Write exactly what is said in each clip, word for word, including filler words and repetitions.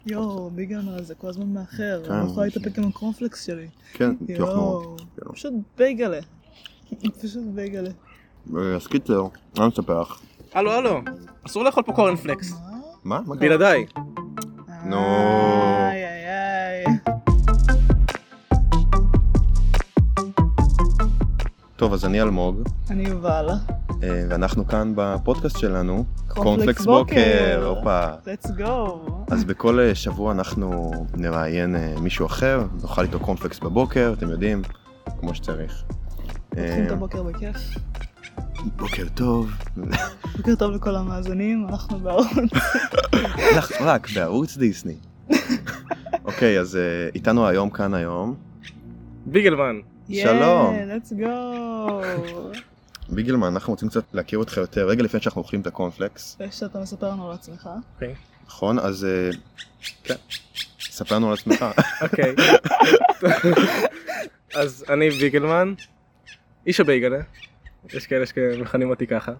יואו, ביגלמן, זה כל הזמן מאחר, אני לא יכולה להתאפק עם הקורנפלקס שלי. כן, תוך מאוד. יואו, פשוט בייגלה. פשוט בייגלה. אז קיצר, אני אספר לך. הלו, הלו, אסור לאכול פה קורנפלקס. מה? מה קרה? בלעדיי. נו. איי איי איי. טוב, אז אני אלמוג. אני יובל. ואנחנו כאן בפודקאסט שלנו. קורנפלקס בוקר. הופה. Let's go. אז בכל שבוע אנחנו נראיין מישהו אחר, נאכל איתו קורנפלקס בבוקר, אתם יודעים, כמו שצריך. פותחים את הבוקר בכיף. בוקר טוב. בוקר טוב לכל המאזינים, אנחנו בערוץ. רק בערוץ דיסני. אוקיי, אז איתנו היום, כאן היום. ביגלמן. שלום. let's go. ביגלמן, אנחנו רוצים קצת להכיר אותך יותר, רגע לפני שאנחנו אוכלים את הקורנפלקס. שאתה מספר לנו על עצמך. אוקיי. נכון, אז כן, ספר לנו על עצמך. אוקיי. אז אני ביגלמן, איש הבייגלה. יש כאלה שמכנים אותי ככה.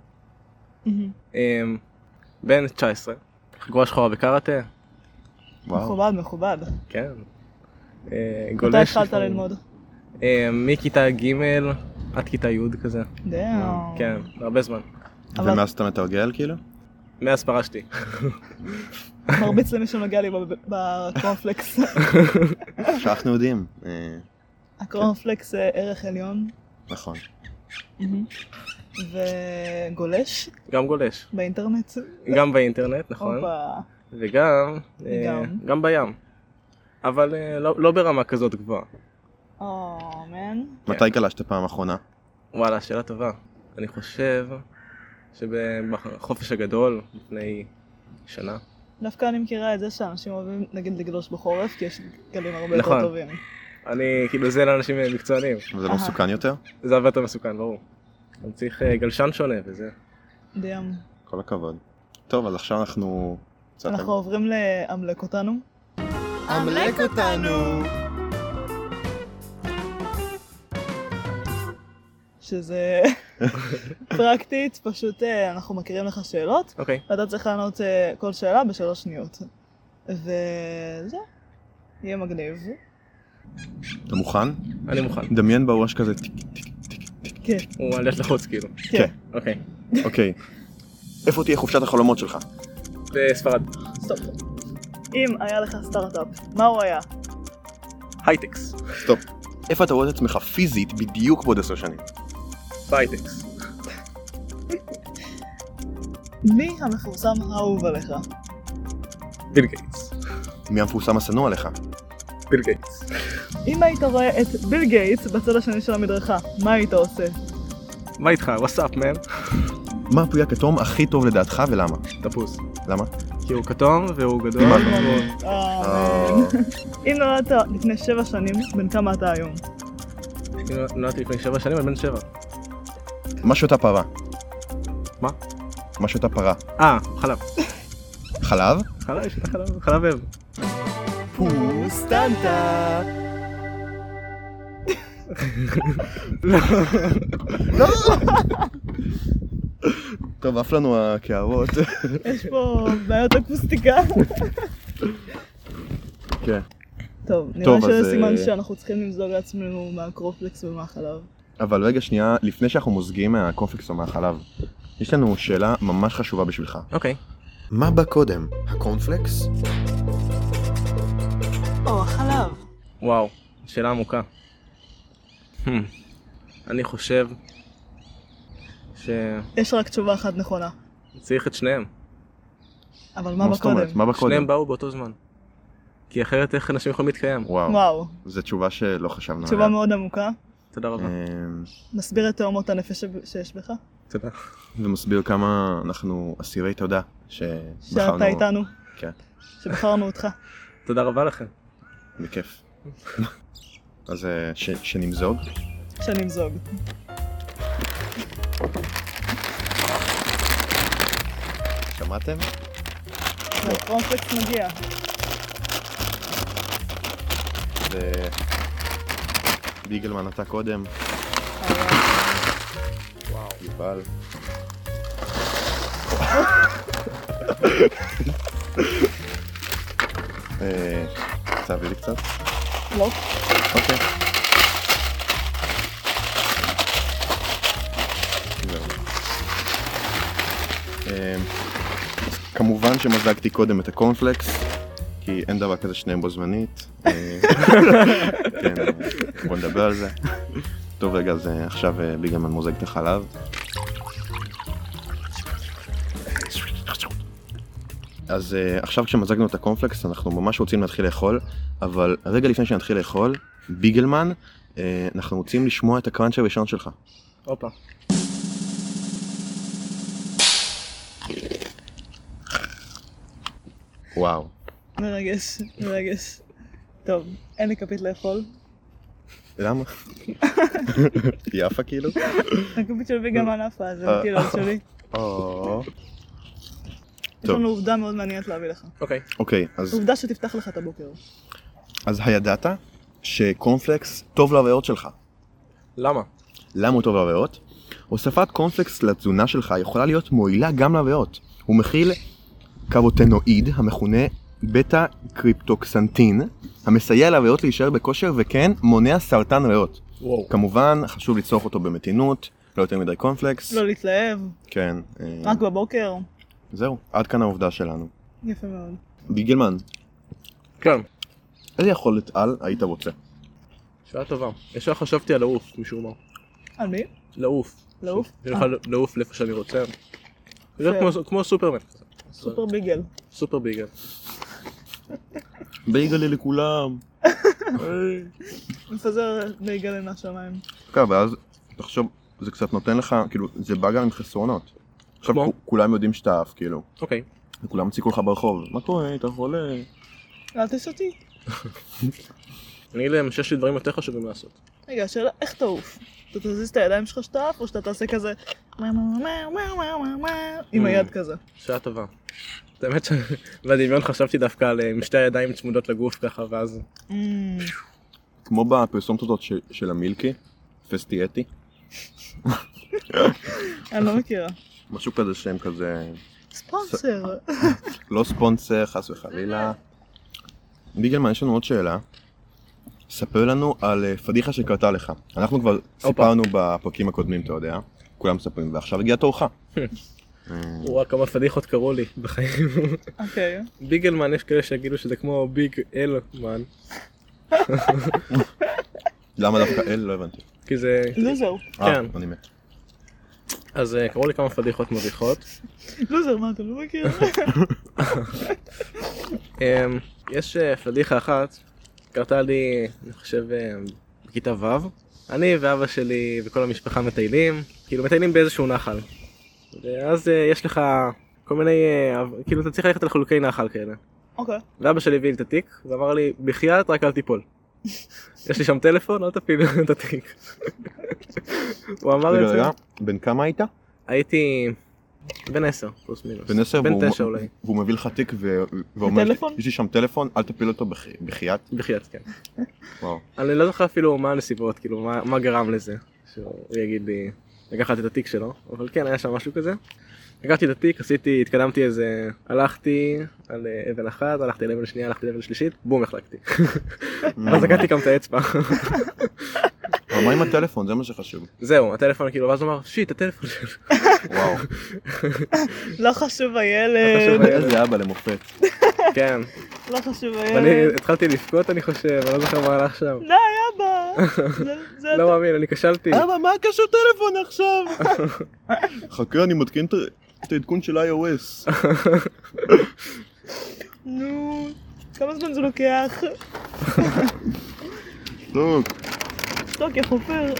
בן תשע עשרה, חגורה שחורה בקראטה. מכובד, מכובד. כן. מתי התחלת ללמוד? מכיתה ג' עד כיתה י' כזה. דאו. כן, הרבה זמן. ומאז אתה מתרגל כאילו? מאז פרשתי. מרביץ למי שנוגע לי בקורנפלקס. שאנחנו יודעים. הקורנפלקס זה ערך עליון. נכון. וגולש? גם גולש. באינטרנט? גם באינטרנט, נכון. וגם גם בים. אבל לא ברמה כזאת גבוהה. או, מן. מתי גלשת פעם אחרונה? וואלה, שאלה טובה. אני חושב שבחופש הגדול, לפני שנה. דווקא אני מכירה את זה שאנשים אוהבים נגיד לגלוש בחורף, כי יש גלים הרבה יותר טובים. אני, כאילו זה לאנשים מקצוענים. זה לא מסוכן יותר? זה הרבה יותר מסוכן, ברור. אני צריך גלשן שונה וזה. דיום. כל הכבוד. טוב, אז עכשיו אנחנו... אנחנו עוברים לאמלק אותנו. אמלק אותנו! שזה פרקטית, פשוט אנחנו מכירים לך שאלות. אוקיי. ואתה צריך לענות כל שאלה בשלוש שניות. וזה, יהיה מגניב. אתה מוכן? אני מוכן. דמיין בראש כזה טיק טיק טיק טיק. כן. הוא עלת לחוץ כאילו. כן. אוקיי. אוקיי. איפה תהיה חופשת החלומות שלך? בספרד. סטופ. אם היה לך סטארט-אפ, מה הוא היה? הייטקס. סטופ. איפה אתה רואה את עצמך פיזית בדיוק בעוד עשר שנים? בהייטקס. מי המפורסם האהוב עליך? ביל גייטס. מי המפורסם השנוא עליך? ביל גייטס. אם היית רואה את ביל גייטס בצד השני של המדרכה, מה היית עושה? מה איתך? וואטסאפ, מן? מה הפרי הכתום הכי טוב לדעתך ולמה? תפוס. למה? כי הוא כתום והוא גדול. אם נולדת לפני שבע שנים, בן כמה אתה היום? אם נולדתי לפני שבע שנים, אני בן שבע. משהו אותה פרה. מה? משהו אותה פרה. אה, חלב. חלב? חלב, יש לך חלב, חלב אב. פוסטנטה. לא. לא. טוב, עף לנו הקערות. יש פה בעיות אקוסטיקה. כן. טוב, נראה שזה סימן שאנחנו צריכים למזוג לעצמנו מהקורנפלקס ומהחלב. אבל רגע שנייה, לפני שאנחנו מוזגים מהקורנפלקס או מהחלב, יש לנו שאלה ממש חשובה בשבילך. אוקיי. מה בא קודם, הקורנפלקס? או, החלב. וואו, שאלה עמוקה. אני חושב ש... יש רק תשובה אחת נכונה. צריך את שניהם. אבל מה בא קודם? מה בא קודם? שניהם באו באותו זמן. כי אחרת איך אנשים יכולים להתקיים. וואו. וואו. זו תשובה שלא חשבנו עליה. תשובה מאוד עמוקה. תודה רבה. מסביר את תאומות הנפש שיש בך. תודה. ומסביר כמה אנחנו אסירי תודה שבחרנו... שאתה איתנו. כן. שבחרנו אותך. תודה רבה לכם. בכיף. אז שנמזוג. שנמזוג. שמעתם? הקורנפלקס מגיע. וביגלמן אתה קודם. וואו, יובל. תעבי לי קצת. לא. אוקיי. כמובן שמזגתי קודם את הקורנפלקס, כי אין דבר כזה שניהם בו זמנית. כן, בוא נדבר על זה. טוב רגע, אז עכשיו ביגלמן מוזג את החלב. אז עכשיו כשמזגנו את הקורנפלקס אנחנו ממש רוצים להתחיל לאכול, אבל רגע לפני שנתחיל לאכול, ביגלמן, אנחנו רוצים לשמוע את הקראנץ' הראשון שלך. הופה. וואו. מרגש, מרגש. טוב, אין לי כפית לאכול. למה? יפה כאילו? הכפית של ביגלמן אפה, זה כאילו על שלי. יש לנו עובדה מאוד מעניינת להביא לך. אוקיי. אוקיי, אז... עובדה שתפתח לך את הבוקר. אז הידעת שקורנפלקס טוב לריאות שלך. למה? למה הוא טוב לריאות? הוספת קורנפלקס לתזונה שלך יכולה להיות מועילה גם לריאות. הוא מכיל קרוטנואיד המכונה בטא קריפטוקסנטין, המסייע לריאות להישאר בכושר וכן מונע סרטן ריאות. וואו. כמובן, חשוב לצרוך אותו במתינות, לא יותר מדי קורנפלקס. לא להתלהב. כן. רק בבוקר. זהו, עד כאן העובדה שלנו. יפה מאוד. ביגלמן. כן. איזה יכולת על היית רוצה? שאלה טובה. ישר חשבתי על לעוף, משום מה. על מי? לעוף. לעוף? אני יכול לעוף לאיפה שאני רוצה. זה כמו סופרמן. סופר ביגל. סופר ביגל. ביגל לכולם. מפזר ביגל מהשמיים. כן, ואז תחשוב, זה קצת נותן לך, כאילו, זה בא גם עם חסרונות. עכשיו כולם יודעים שאתה אף, כאילו. אוקיי. וכולם הציקו לך ברחוב. מה קורה? אתה חולה? אל תסותי. אני אגיד להם שיש לי דברים יותר חשובים לעשות. רגע, השאלה, איך תעוף? אתה תזיז את הידיים שלך שאתה אף, או שאתה תעשה כזה עם היד כזה? שאלה טובה. באמת שבדמיון חשבתי דווקא על שתי הידיים צמודות לגוף ככה, ואז... כמו בפרסומת הזאת של המילקי, פסטיאטי. אני לא מכירה. משהו כזה שהם כזה... ספונסר. לא ספונסר, חס וחלילה. ביגלמן, יש לנו עוד שאלה. ספר לנו על פדיחה שקרתה לך. אנחנו כבר סיפרנו בפרקים הקודמים, אתה יודע. כולם מספרים, ועכשיו הגיע תורך. וואו, כמה פדיחות קראו לי בחיים. אוקיי. ביגלמן, יש כאלה שיגידו שזה כמו ביג אלמן. למה דווקא אל? לא הבנתי. כי זה... לוזר. כן. אני מת. אז קראו לי כמה פדיחות מביכות. לוזר, מה אתה לא מכיר? יש פדיחה אחת, קרתה לי, אני חושב, בכיתה ו'. אני ואבא שלי וכל המשפחה מטיילים, כאילו מטיילים באיזשהו נחל. ואז יש לך כל מיני, כאילו אתה צריך ללכת על חלוקי נחל כאלה. אוקיי. ואבא שלי הביא את התיק, ואמר לי, בחייאת רק אל תיפול. יש לי שם טלפון, אל תפיל את התיק. הוא אמר את זה. בן כמה היית? הייתי בן עשר, פלוס מינוס. בן עשר, בן תשע אולי. והוא מביא לך תיק ואומר, בטלפון? יש לי שם טלפון, אל תפיל אותו בחייאת. בחייאת, כן. וואו. אני לא זוכר אפילו מה הנסיבות, כאילו, מה גרם לזה. שהוא יגיד לי, לקחת את התיק שלו, אבל כן, היה שם משהו כזה. לקחתי את התיק, עשיתי, התקדמתי איזה, הלכתי על אבן אחת, הלכתי על אבן שנייה, הלכתי על אבן שלישית, בום, החלקתי. אז לקחתי גם את האצבע. אבל מה עם הטלפון? זה מה שחשוב. זהו, הטלפון כאילו, ואז הוא אמר, שיט, הטלפון שלו. וואו. לא חשוב לא הילד. חשוב הילד. איזה אבא למופת. כן. לא חשוב ואני הילד. התחלתי לבכות, אני חושב, אני לא זוכר מה הלך שם. די, אבא. לא מאמין, אני כשלתי. אבא, מה קשור טלפון עכשיו? חכה, אני מתקין את העדכון של איי-או-אס. נו, כמה זמן זה לוקח? טוב. טוב, יא חופר.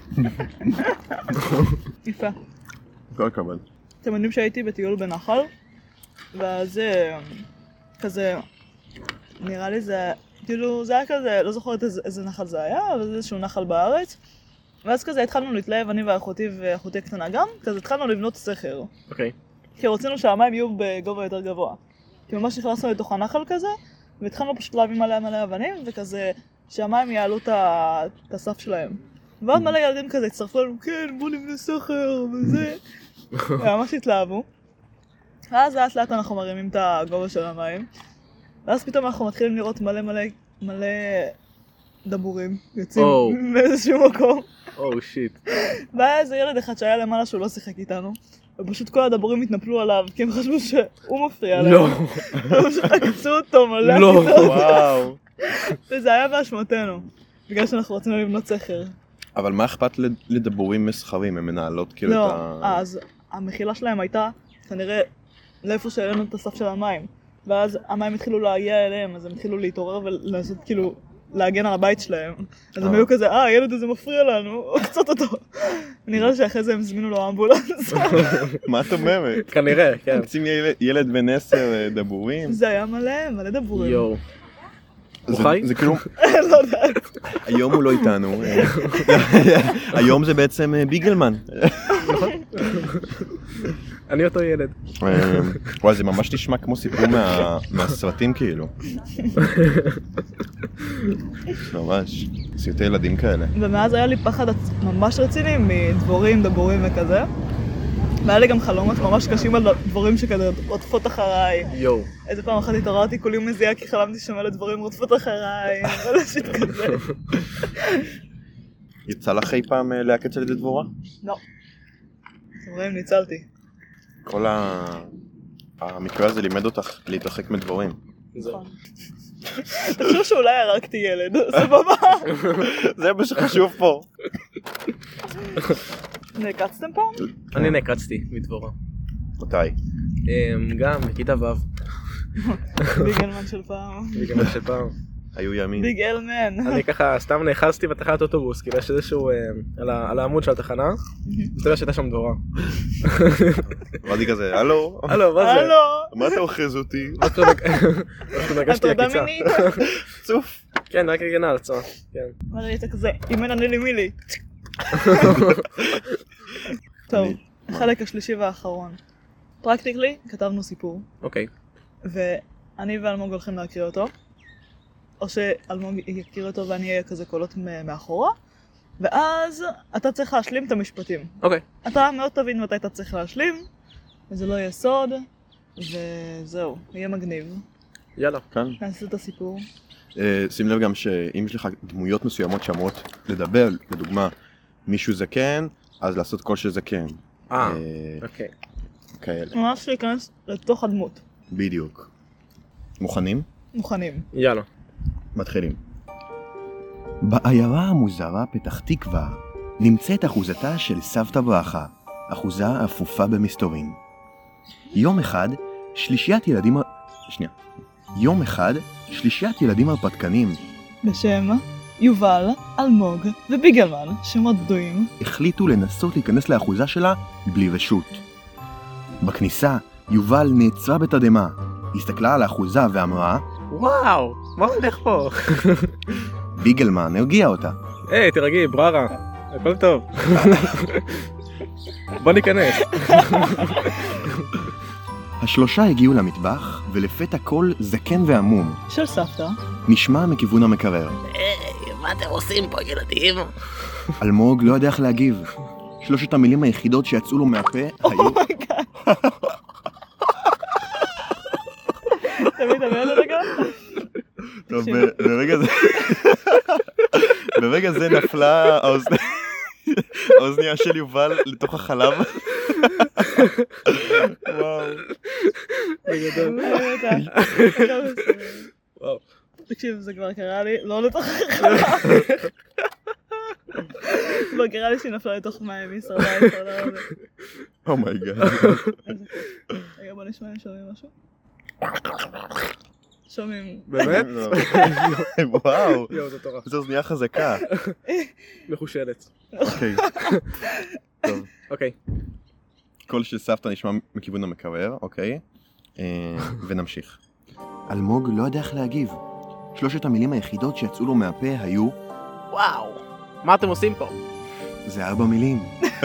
יפה. כל כבוד. אתם יודעים שהייתי בטיול בנחל, ואז כזה, נראה לי זה, כאילו זה היה כזה, לא זוכרת איזה, איזה נחל זה היה, אבל זה איזשהו נחל בארץ. ואז כזה התחלנו להתלהב, אני ואחותי ואחותי הקטנה גם, כזה התחלנו לבנות סכר. אוקיי. כי רצינו שהמים יהיו בגובה יותר גבוה. כי ממש נכנסנו לתוך הנחל כזה, והתחלנו פשוט להביא מלא מלא אבנים, וכזה שהמים יעלו את הסף שלהם. ועוד מלא ילדים כזה הצטרפו לנו, כן, בוא נבנה סכר, וזה. ממש התלהבו. ואז לאט לאט אנחנו מרימים את הגובה של המים. ואז פתאום אנחנו מתחילים לראות מלא מלא מלא דבורים יוצאים או. מאיזשהו מקום. או שיט. והיה איזה ילד אחד שהיה למעלה שהוא לא שיחק איתנו, ופשוט כל הדבורים התנפלו עליו, כי הם חשבו שהוא מפריע להם. לא. הם פשוט עקצו אותו מלא. לא. וואו. וזה היה באשמתנו, בגלל שאנחנו רצינו לבנות סכר. אבל מה אכפת לדבורים מסחרים? הם מנהלות כאילו לא, את ה... אז המחילה שלהם הייתה כנראה לאיפה שהעלינו את הסף של המים, ואז המים התחילו להגיע אליהם, אז הם התחילו להתעורר ולעשות כאילו להגן על הבית שלהם. אז הם היו כזה, אה, הילד הזה מפריע לנו, עוקצות אותו. נראה לי שאחרי זה הם הזמינו לו אמבולנס. מה את אומרת? כנראה, כן. עוקצים ילד בן עשר דבורים? זה היה מלא, מלא דבורים. יואו. הוא זה- חי? זה כאילו, לא יודעת. היום הוא לא איתנו. היום זה בעצם אה, ביגלמן. אני אותו ילד. אה, וואי, זה ממש נשמע כמו סיפור מה- מהסרטים כאילו. ממש. סרטי ילדים כאלה. ומאז היה לי פחד עצ- ממש רציני מדבורים, דבורים וכזה. והיה לי גם חלומות ממש קשים על דבורים שכזה רודפות אחריי. יואו. איזה פעם אחת התעוררתי כולי מזיעה כי חלמתי שמלא דבורים רודפות אחריי. ולא שיט כזה. יצא לך אי פעם אה, להעקץ על ידי דבורה? לא. אתם רואים, ניצלתי. כל ה... המקרה הזה לימד אותך להתרחק מדבורים. נכון. תחשוב שאולי הרגתי ילד, סבבה. זה מה שחשוב פה. נעקצתם פעם? אני נעקצתי מדבורה. מתי? אמ, גם בכיתה ו'. ביגלמן של פעם. בגלל שפעם. היו ימים. ביג אלמן. אני ככה סתם נאחזתי בתחנת אוטובוס, כאילו יש איזשהו, אמ, על ה- על העמוד של התחנה, מסתבר שהייתה שם דבורה. אמרתי כזה, הלו, הלו, מה זה? הלו. מה אתה אוחז אותי? מה קורה? אנחנו נגשתי הטרדה עקיצה. מינית. צוף. כן, רק הגנה על עצמה. כן. מה ראית כזה? אם אין אני לי מי לי. טוב, אני- החלק השלישי והאחרון. פרקטיקלי, כתבנו סיפור, אוקיי. ואני ואלמוג הולכים להקריא אותו, או שאלמוג יכיר אותו ואני אהיה כזה קולות מ- מאחורה, ואז אתה צריך להשלים את המשפטים. אוקיי. אתה מאוד תבין מתי אתה צריך להשלים, וזה לא יהיה סוד, וזהו, יהיה מגניב. יאללה. כאן. נעשה את הסיפור. אה, שים לב גם שאם יש לך דמויות מסוימות שאמורות לדבר, לדוגמה, מישהו זקן, אז לעשות קול של זקן. אה, אה, אוקיי. כאלה. ממש להיכנס לתוך הדמות. בדיוק. מוכנים? מוכנים. יאללה. מתחילים. בעיירה המוזרה פתח תקווה נמצאת אחוזתה של סבתא ברכה, אחוזה אפופה במסתורין. יום אחד, שלישיית ילדים... שנייה. יום אחד, שלישיית ילדים הרפתקנים בשם יובל, אלמוג וביגלמן, שמות בדויים. החליטו לנסות להיכנס לאחוזה שלה בלי רשות. בכניסה, יובל נעצרה בתדהמה, הסתכלה על האחוזה ואמרה, וואו, מה הולך פה? ביגלמן הרגיע אותה. היי, תרגעי, בררה. הכל טוב. בוא ניכנס. השלושה הגיעו למטבח, ולפתע קול זקן ועמום של סבתא. נשמע מכיוון המקרר. היי, מה אתם עושים פה ילדים? אלמוג לא יודע איך להגיב. שלושת המילים היחידות שיצאו לו מהפה היו... אומייגאד. תמיד תמיד רגע. טוב, ב- ברגע זה... ברגע זה נפלה האוזנ- האוזניה של יובל לתוך החלב. וואו. בגדול. וואו. תקשיב, זה כבר קרה לי, לא לתוך החלב. כבר קרה לי שהיא נפלה לתוך מים, היא שרדה את העולם הזה. אומייגאד. איזה כיף. רגע, בוא נשמע אם שומעים משהו. שומעים. באמת? וואו. יואו, זה טורף. איזו אוזניה חזקה. מחושלת. אוקיי. טוב. אוקיי. קול של סבתא נשמע מכיוון המקרר, אוקיי. אה, ונמשיך. אלמוג לא יודע איך להגיב. שלושת המילים היחידות שיצאו לו מהפה היו, וואו, מה אתם עושים פה? זה ארבע מילים.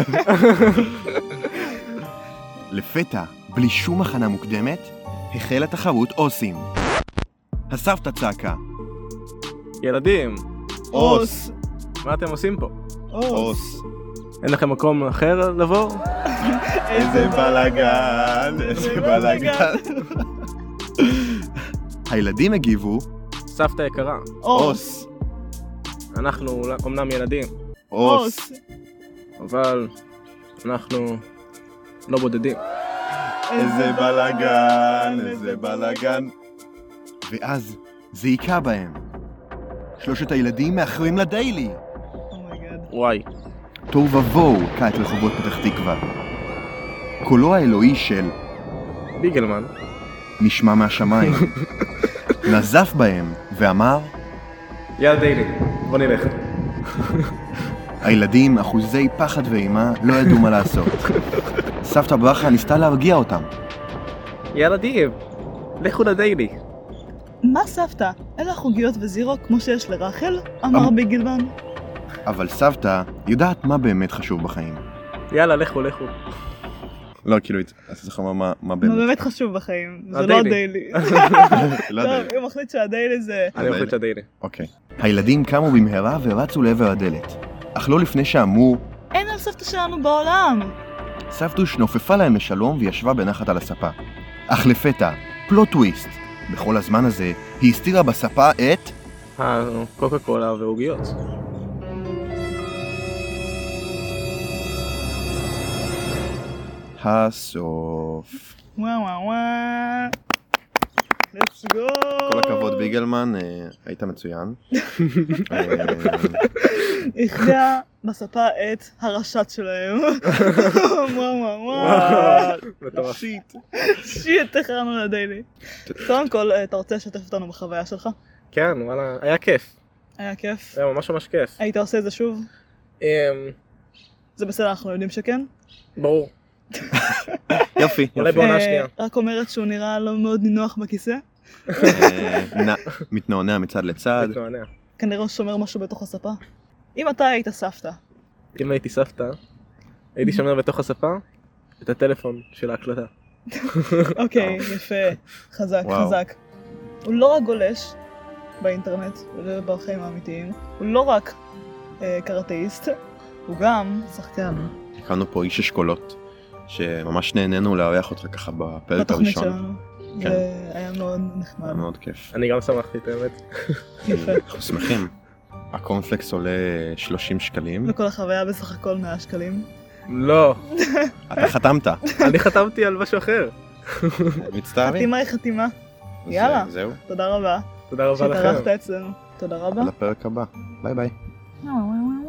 לפתע, בלי שום הכנה מוקדמת, החלה תחרות אוסים. הסבתא צעקה, ילדים, אוס, מה אתם עושים פה? אוס. אין לכם מקום אחר לבוא? איזה בלאגן, איזה בלאגן. הילדים הגיבו, סבתא יקרה, אוס, אנחנו אומנם ילדים, אוס. אבל אנחנו לא בודדים. איזה בלגן, איזה בלגן. ואז זה היכה בהם. שלושת הילדים מאחרים לדיילי. אומייגאד. וואי. תוהו ובוהו הכה את רחובות פתח תקווה. קולו האלוהי של ביגלמן. נשמע מהשמיים. נזף בהם ואמר, יאללה דיילי, בוא נלך. הילדים, אחוזי פחד ואימה, לא ידעו מה לעשות. סבתא ברכה ניסתה להרגיע אותם. יאללה דיב, לכו לדיילי. מה סבתא? אלה החוגיות וזירו כמו שיש לרחל? אמר אמ- ביגלמן. אבל סבתא יודעת מה באמת חשוב בחיים. יאללה, לכו, לכו. לא, כאילו, אתה זוכר מה, מה מה באמת. באמת חשוב בחיים? זה לא הדיילי. הדיילי. לא יודע. טוב, הוא מחליט שהדיילי זה... אני מחליט שהדיילי. אוקיי. הילדים קמו במהרה ורצו לעבר הדלת. אך לא לפני שאמרו, אין על סבתא שלנו בעולם. סבתוש נופפה להם לשלום וישבה בנחת על הספה. אך לפתע, פלוט טוויסט. בכל הזמן הזה, היא הסתירה בספה את... הקוקה קולה ועוגיות. הסוף. וואו וואו וואו. let's go. כל הכבוד ביגלמן, אה, היית מצוין. אה, החיה בספה את הרשת שלהם. וואו וואו וואו. מטורף. שיט. שיט, איך הרמנו לדיילי. קודם כל, אתה רוצה לשתף אותנו בחוויה שלך? כן, וואלה, היה כיף. היה כיף. היה ממש ממש כיף. היית עושה את זה שוב? אמ, זה בסדר, אנחנו יודעים שכן. ברור. יופי, אולי יופי. בעונה אה, שנייה. רק אומרת שהוא נראה לא מאוד נינוח בכיסא. אה, נע, מתנענע מצד לצד. מתנענע. כנראה הוא שומר משהו בתוך הספה. אם אתה היית סבתא, אם הייתי סבתא, הייתי שומר בתוך הספה את הטלפון של ההקלטה. אוקיי, יפה, חזק, וואו. חזק. הוא לא רק גולש באינטרנט ובחיים האמיתיים, הוא לא רק אה, קראטאיסט, הוא גם שחקן הקמנו פה איש אשכולות, שממש נהנינו לארח אותך ככה בפרק בתוכנית הראשון. שלנו. כן. זה היה מאוד נחמד, היה מאוד כיף. אני גם שמחתי את האמת. יפה. אנחנו שמחים. הקורנפלקס עולה שלושים שקלים. וכל החוויה בסך הכל מאה שקלים. לא, אתה חתמת. אני חתמתי על משהו אחר. מצטערים. חתימה היא חתימה. אז, יאללה. זהו, תודה רבה תודה רבה לכם. שהתארחת אצלנו. תודה רבה. לפרק הבא. ביי ביי. וואו, וואו, וואו.